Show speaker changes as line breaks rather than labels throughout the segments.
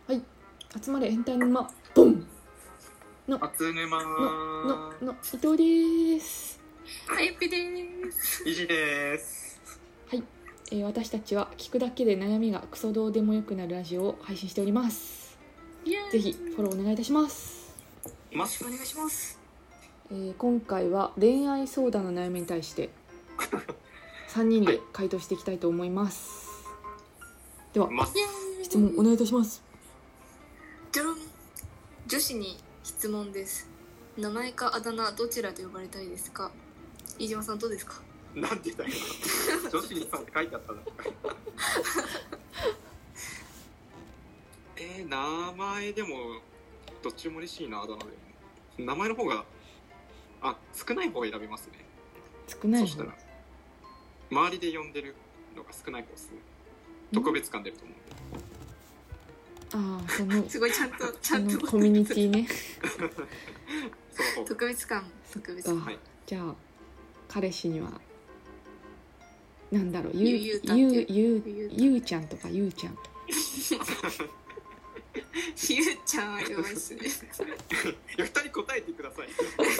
はい、集まれ変態沼ボンの
厚沼
の伊藤です。
はゆぴです。
いじです。
はい、私たちは聞くだけで悩みがクソどうでもよくなるラジオを配信しております。ぜひフォローお願いいたします。
よろしくお願いします。
今回は恋愛相談の悩みに対して3人で回答していきたいと思います。では質問お願いいたします。
じゃらん。女子に質問です。名前かあだ名どちらで呼ばれたいですか？飯島さんどうですか？
なんでだよ女子にそうって書いてあったんだ名前でもどっちも嬉しいな。あだ名でも名前の方が少ない方を選びますね。
少ない方。
そしたら周りで呼んでるのが少ない方ですね。特別感出ると思う。
その
すごいちゃんと
コミュニティね
そう
特別感。
はい、
じゃあ彼氏にはなんだろう、ゆうちゃんとかゆうちゃん
ゆうちゃんはやばいっすね。
いや2人答えてください。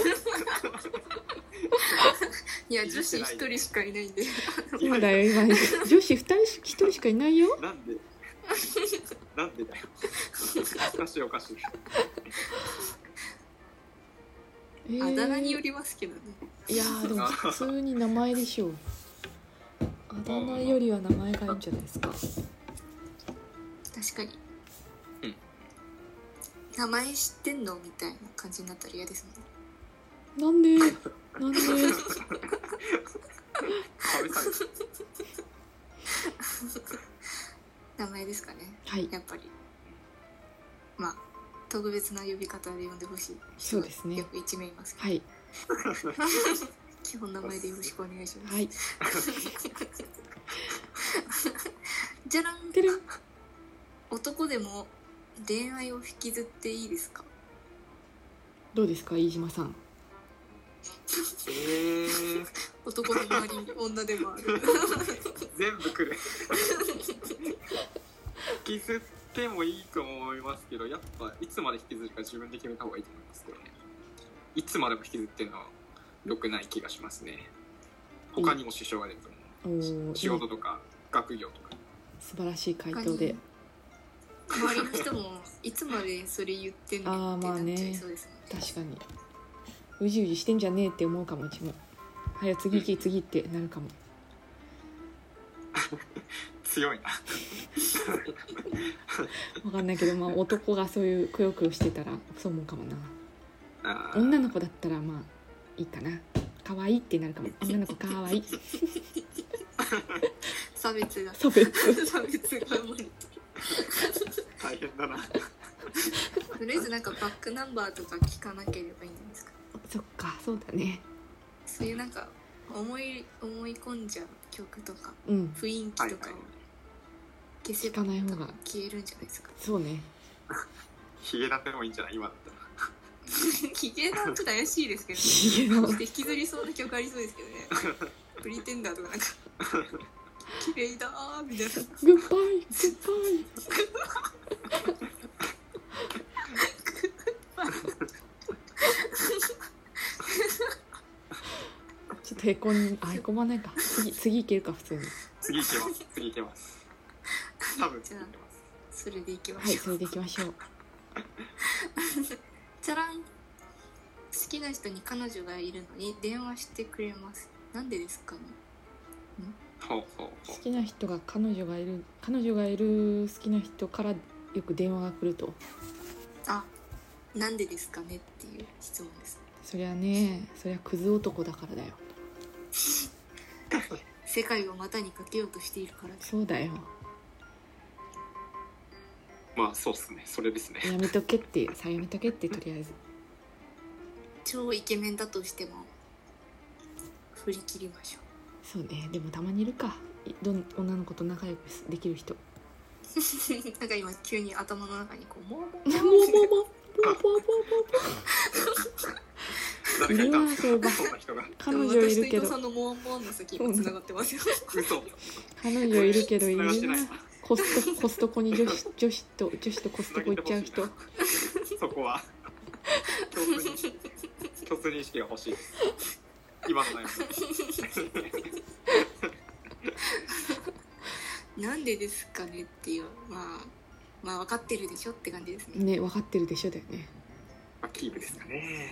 いや女子1人しかいないんで。
そうだよ、今女子1人しかいないよ。
なんでだよ。おかしい。
あだ名によりますけどね。
いやでも普通に名前でしょう。あだ名よりは名前がいいんじゃないですか。
確かに、名前知ってんのみたいな感じになったら嫌ですもんね。
なんで
名前ですかね。
はい、
やっぱり特別な呼び方で呼んでほしい。
そうですね。
約1名いますけど、
はい
基本名前でよろしくお願いします。
はい。
じゃらん。男でも恋愛を引きずっていいですか？
どうですか飯島さん。
男の周りに女でもある。
全部来る。引きずってもいいと思いますけど、やっぱいつまで引きずるか自分で決めた方がいいと思いますけどね。いつまでも引きずってるのは良くない気がしますね。他にも支障が出ると思う。仕事とか学業とか。素
晴らしい回答で。
周りの人もいつまでそれ言ってんのってなっちゃいそうですもんね。
確かにうじうじしてんじゃねえって思うかも。うちも早次行き次ってなるかも。
強いな。
分かんないけど、男がそういうくよくよしてたらそう思うかもな。女の子だったらいいかな。可愛いってなるかも。女の子可愛い。
差別が
生まれて
大変だな。
とりあえずバックナンバーとか聞かなければいいんですか？
そっか、そうだね。
そういう思い込んじゃう曲とか、雰囲気とかを消せば消えるんじゃないですか。
そうね。
ヒゲダンでもいいんじゃない今だったら。
ヒゲダンちょっと怪しいですけどね。ヒゲダン引きずりそうな曲ありそうですけどね。プリテンダーとか綺麗だーみたいな。
グッバイちょっとへこまないか。次いけるか。普通に
次いけます多分。
じゃあそれでいきましょう。
はい、それでいきましょう。
じゃらん。好きな人に彼女がいるのに電話してくれます。なんでですかね？
好きな人が彼女がいる好きな人からよく電話が来ると。
なんでですかねっていう質問です。
そりゃクズ男だからだよ。
世界を股にかけようとしているからだよ。
そうだよ。
そうっすね。それですね。
やめとけってとりあえず。
超イケメンだとしても振り切りましょう。
そうね。でもたまにいるか、女の子と仲良くできる人。
今急に頭の中にモーモ
いるわ、そうだ。彼女いるけど。
私と伊藤さんのモーモーの先今繋がってますよ。
嘘。
彼女いるけどいるな。 コストコに女子とコストコ行っちゃう人。
そこは共通認識が欲しいです。今の悩み。
なんでですかねっていう、まあ分かってるでしょって感じですね。
ね、分かってるでしょだよね。
まあ、キープですかね。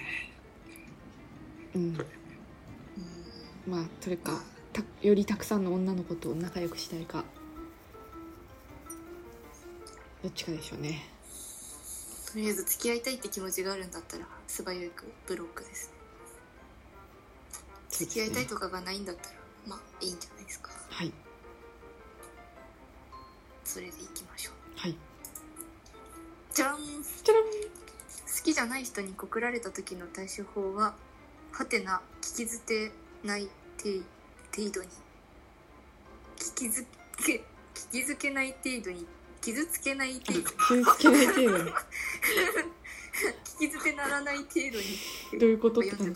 まあそれかよりたくさんの女の子と仲良くしたいか、どっちかでしょうね。
とりあえず付き合いたいって気持ちがあるんだったら素早くブロックですね。付き合いたいとかがないんだったらまあいいんじゃないですか。
はい、
それでいきましょう。
はい、
じゃらん。
じゃらん。
好きじゃない人に告られた時の対処法ははてな聞き捨てない程度に聞きづけない程度に傷つけない程度に
傷つけない程度に
聞き捨てならない程度に
どういうことって感じ。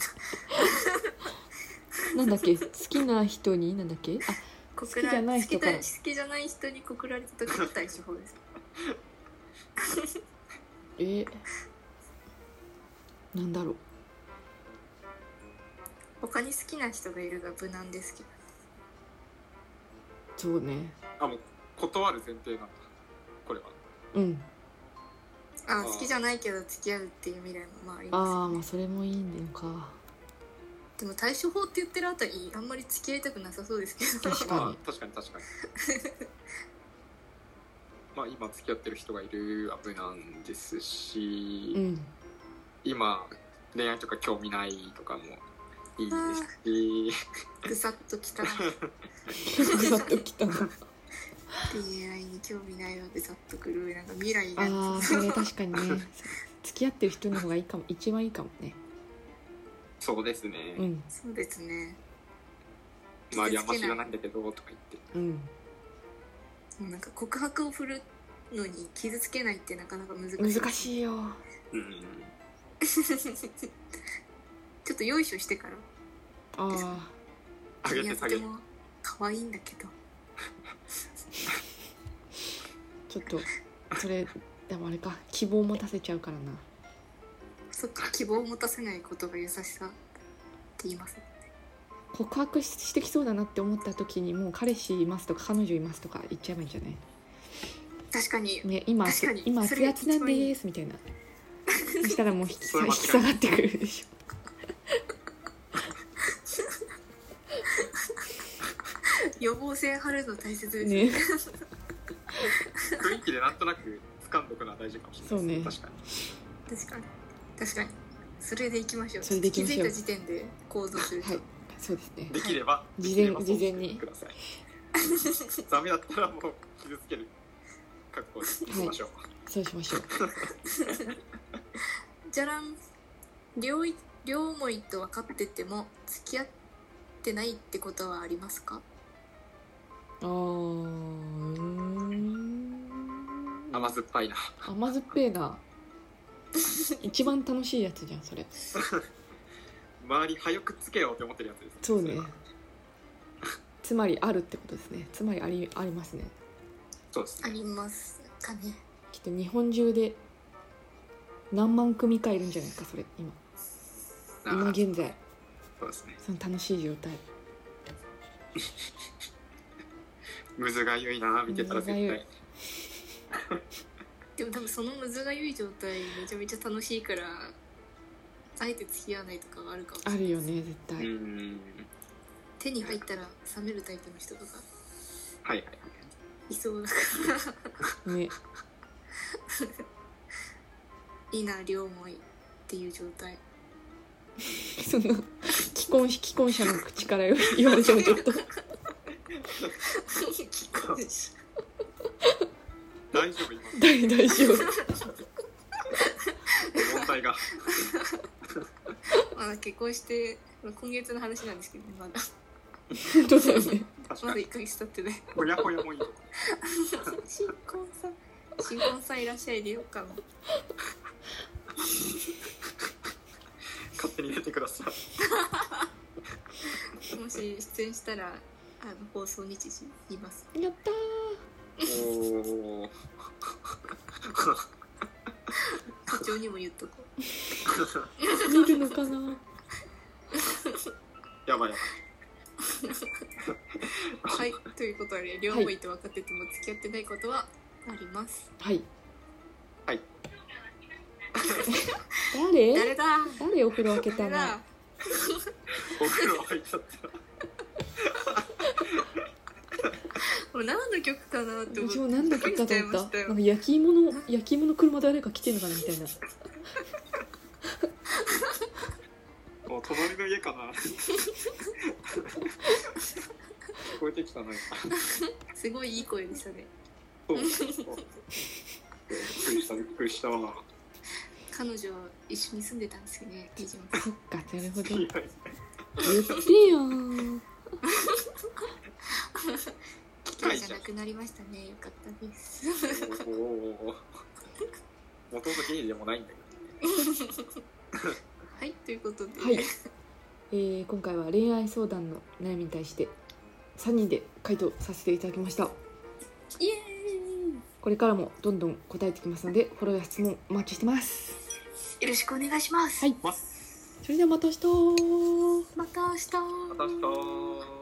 なんだっけ、好きな人になんだっけ、好きじゃない人から
好きじゃない人に告られた時の対処法です。
なんだろう。
他に好きな人がいるが無難ですけど。
そうね。
もう断る前提なんだこれは。
好きじゃないけど付き合うっていう未来もまああります、ね。
まあそれもいいんだよか。
でも対処法って言ってるあたりあんまり付き合いたくなさそうですけど。
確かに
確かにまあ今付き合ってる人がいるアプなんですし、今恋愛とか興味ないとかもいいですし、
ぐさっときたな。
ぐさっときたな。
恋愛に興味ないわ、ぐさっとくる、なんか未来が。
それ確かにね。付き合ってる人の方がいいかも、一番いいかもね。
そうですね。
そうですね。
周りあんま知らないんだけどとか言って。
なんか告白を振るのに傷つけないってなかなか難しい
よ。
ちょっとよいしょしてから。
あげて
とても可愛いんだけど。
ちょっとそれでもあれか、希望を持たせちゃうからな。
そっか、希望を持たせないことが優しさって言いますね。
告白してきそうだなって思った時にもう彼氏いますとか彼女いますとか言っちゃえばいいんじゃない？
確かに
ね、今熱々なんですみたいな。そしたらもう引き下がってくるでしょ。
予防線張るの大切ですね。
雰囲気でなんとなく掴んどくのは大事かもしれないですね。確かにそれでいきましょう。気づいた時点で行動すると。
そうですね。
できれば
事前に
ください。ダメだったらもう傷つける覚悟にしましょう。
そうしましょう。
じゃらん。両思いと分かってても付き合ってないってことはありますか？
甘酸っぱいな。
甘酸っぱいな。一番楽しいやつじゃんそれ。
周り早くつけようって思ってるやつです。
そうね。つまりあるってことですね。つまりありますね。
そうですね。
ありますかね。
きっと日本中で何万組かいるんじゃないかそれ今現在。
そうですね。
その楽しい状態。
むずがゆいな見てたら絶対。
でも多分そのむずがゆい状態めちゃめちゃ楽しいからあえて付き合わないとかはあるかもしれない。
あるよね絶対。
手に入ったら冷めるタイプの人とかいそうだから
ね。
いいな両思いっていう状態。
そんな既婚者の口から言われてもちょっと
大丈夫今
大丈夫
問題が
まだ結婚して今月の話なんですけど、ね、まだ
本当だよね。
まだ1ヶ月経ってね。
ほやほやもいい
新婚さんいらっしゃいでようかな。
勝手に出てください。
もし出演したら放送日時言います。
やった
おー
課長にも言っとこ
見るのかな。
やばいやばい。
う。はい、ということで両方いて分かってても付き合ってないことはあります。
はい
はい
誰
だ
誰お風呂開けたの。
誰だ。
お風呂入っちゃった。
もう何の曲かなって思って
私も何の曲かと
びっ
思った。
くりしちゃいましたよ
なんか焼き芋の車誰か来てるのかなみたいな。
もう隣の家かな。聞こえてきたな。
すごいいい声でしたね。
そうびっくりしたびっくりしたわ。
彼女は一緒に住んでたんですよね、飯島さん。
そっか、なるほど。
いやいや
言ってよー。
機会じゃなくなりましたね。よかったです。
おお。もともとゲイでもないんだけど。
はい、ということで、
はい今回は恋愛相談の悩みに対して3人で回答させていただきました。
イエーイ。
これからもどんどん答えてきますのでフォローや質問お待ちしてます。
よろしくお願いします。
はい、それではまた明日。
また明日。
また明日。